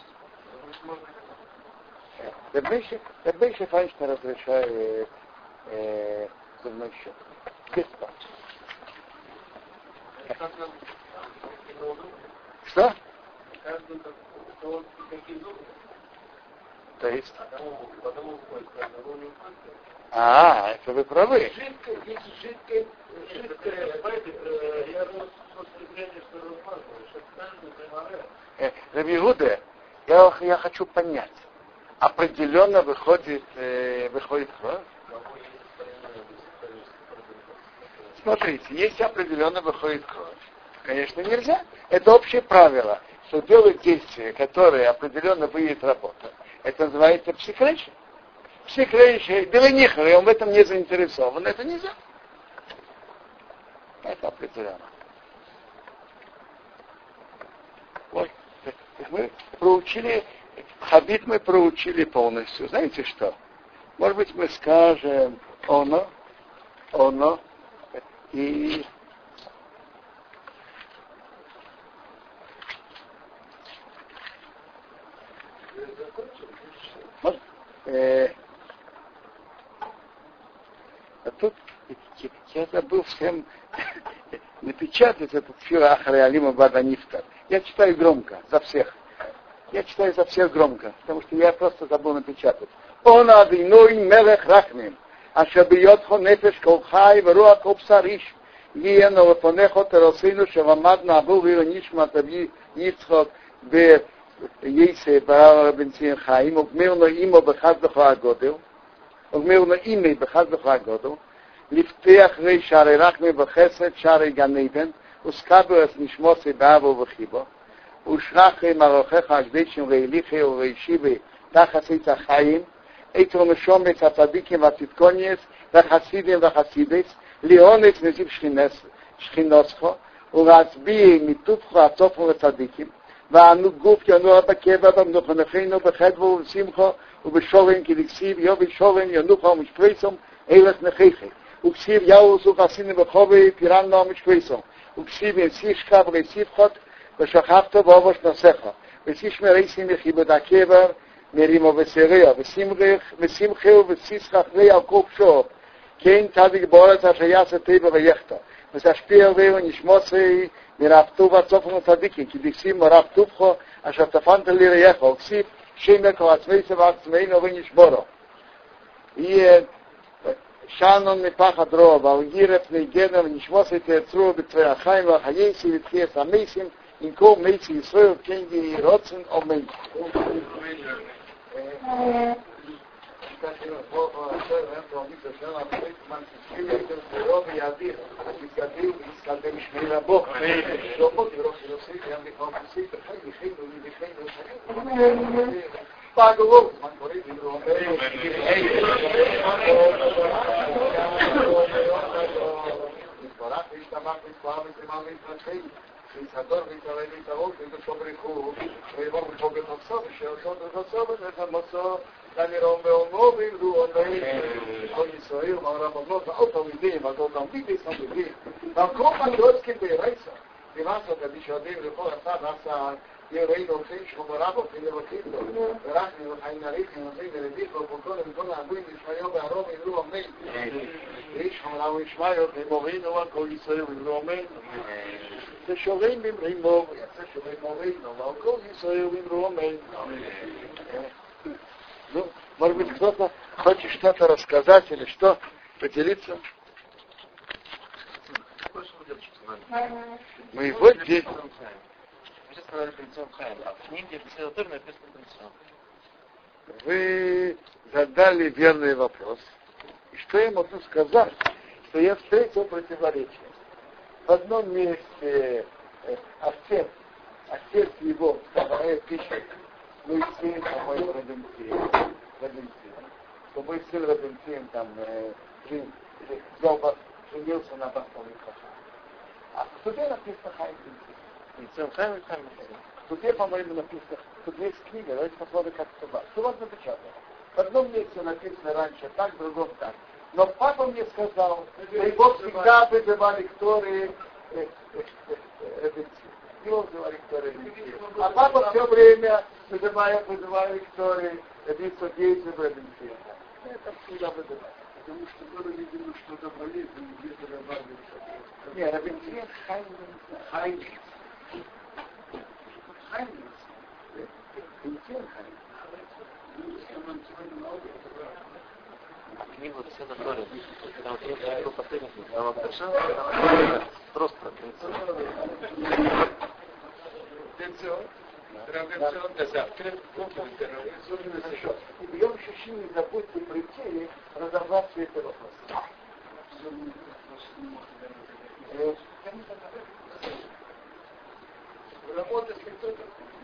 Рабейши Файнштейн разрешает э, зубной щеткой. Без пасты. Что? То есть? А, это вы правы. Жидкое, если жидкое, жидкое, я Раби Иуда, я, я хочу понять. Определенно выходит, э, выходит кровь? Смотрите, если определенно выходит кровь, конечно, нельзя. Это общее правило, что делать действия, которые определенно будет работать. Это называется психречи. Психречи, беленихры, он в этом не заинтересован. Это нельзя. Это определенно. Вот. Мы проучили, хабит мы проучили полностью. Знаете что? Может быть, мы скажем оно, оно и вот, э, а тут я забыл всем напечатать этот фира Ахраялима Баданифтар. Я читаю громко, за всех. Я читаю за всех громко, потому что я просто забыл напечатать. Он адиной мелех рахмим, ашабиотхо нефеш колхай, вруа копсариш, йена лепонехо теросину, шевамадна абу виронишма таби Yitzchok бе Йейсе барава бенцин хаим, укмирно имо бехаздахо агодел. אומר לו אימי בחד וחג גודו, לפתח רי שערי רחמי וחסד, שערי גן עדן, וסקבר את נשמוסי באבו וחיבו, ושרחי מרוחך הקדשים ראיליכי וראישיבי תחת את החיים, איתו משום את הצדיקים והצדקוניאס, וחסידים וחסידס, ליאונס נזיב שכינוסכו, ולהצביע מטובכו הטופו וצדיקים, ואנו גוף ינוע בקבע במנוחנכינו בחדבו ובשמחו ובשורים כדקסיב יובי שורים ינוחו ומשפריסום אילת נחיכי וכסיב יאוס וחסינים בחובי פירנו ומשפריסום וכסיב יסישכה ורסיבכות ושכבתו ואובוש נוסך וסיש מרייסים יחיבוד הקבר מרימו וסיריו ושמחו וסיסך אחרי על כל פשור כן תדיק באורץ אשר יעשה טבע ויחתה ותשפיע עליו נשמוסי מרב טוב הצופן וצדיקים, כי דקסיב מרב טובכו, אשר תפנת לי רייכו, וכסיב שימר כל עצמי ועצמאינו ונשבורו. יהיה שנון מפחד רוב, אבל גירף נגנה ונשמוסי תעצרו בצרי החיים והחייסי ותחייס המייסים, עם כל מייסי ישראל, כן יהי רוצן אמן. Pagou, Pensador, Vitalai, Vitalai, Vitalai, sobre o Reivão, sobre o Rossov, Sheoshon, o Rossov, o Rossov, Daniel, meu nome, do Andrei, com isso aí, uma hora para nós, autoridade, mas eu não vi isso, não vi. Não compra dois que beiraça, de massa, que bicho dele, de fora, tá, nessa, eu rei do Fez, como rabo, que levou aquilo, Rasmi, o Hainarif, não sei, ele dijo, o Bocone, o Bocone, o Bocone, Israel, o Aroma, e o Amém. Ishmael, o Ishmael, o Morino, o Israel, o Amém. ששורים במרימו, ויצא שורים מורינו, והכל ישראל במרומים. Ну, может быть, кто-то хочет что-то рассказать или что, поделиться? Мы его здесь. Вы задали верный вопрос. И что я могу сказать? Что я встретил противоречие. В одном месте э, отец, отец его, вторая пишет, мой сын, а мой Радентин, Радентин. Что мой сын Радентин там э, жен, взял, женился на Бахтовике. А в суде написано Хайм Бенцин. В суде, по-моему, написано, тут есть книга, давайте посмотрим, как это было. Что вас напечатано? В одном месте написано раньше так, в другом так. Но папа мне сказал, что его всегда вызывали Торы Ребенцин. Его вызывали Торы Ребенцин. А папа все время вызывает, вызывает Торы Ребенцин, действия Ребенцин. Это всегда вызывает. Потому что Торы видели, что это болезнь, где-то добавили. Нет, Ребенцин, Хайнец. Хайнец. Ребенцин, Хайнец. Книгу все на Торе. Там вот я был последний, а вам дальше просто пенсион. Пенсион до завтра. И в Йом Шиши не забудьте прийти и разобрать все эти вопросы. Работать ли кто-то?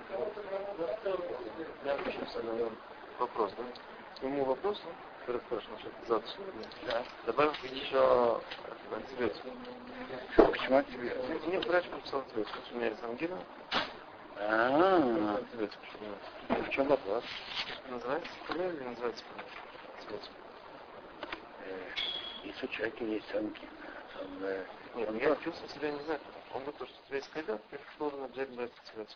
Я вообще вопрос, да? К моему вопросу, который спрашивал насчет завтра, да. Добавим еще антибиотик. Почему антибиотик? Мне врач прописал антибиотик. У меня есть ангина. А-а-а. Антибиотик. В чем вопрос? Называется пуля или называется антибиотик? Если у человека есть ангина, он... Нет, я чувствую себя, не знаю. Он говорит, что у тебя есть ковид, мне сложно обязательно брать антибиотик.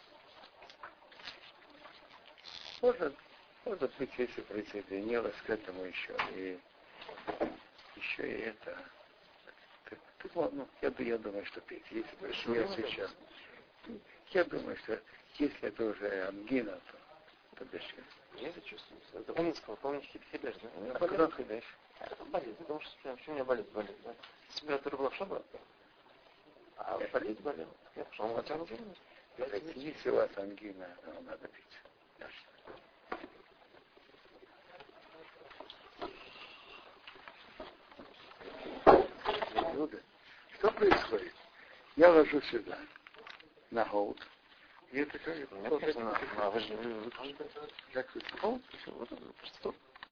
Можно... Может быть, если присоединилась к этому еще, и еще и это. Тут, ну, я, я думаю, что пить. Если бы я сейчас, я думаю, что если это уже ангина, то, то дальше. Я это чувствую. Это он сказал, помнишь, хидеш, да? А куда хидеш? Это болит, потому что прям, что у меня болит, болит, да? Температура была в шаббат, а болит, болел. Я пошел, он хотел ангина. Если у вас ангина, то надо пить. Иуда. Что происходит? Я ложу сюда, на голд. И это как? Нет, конечно, а вы же вы тоже как вы? Вот это просто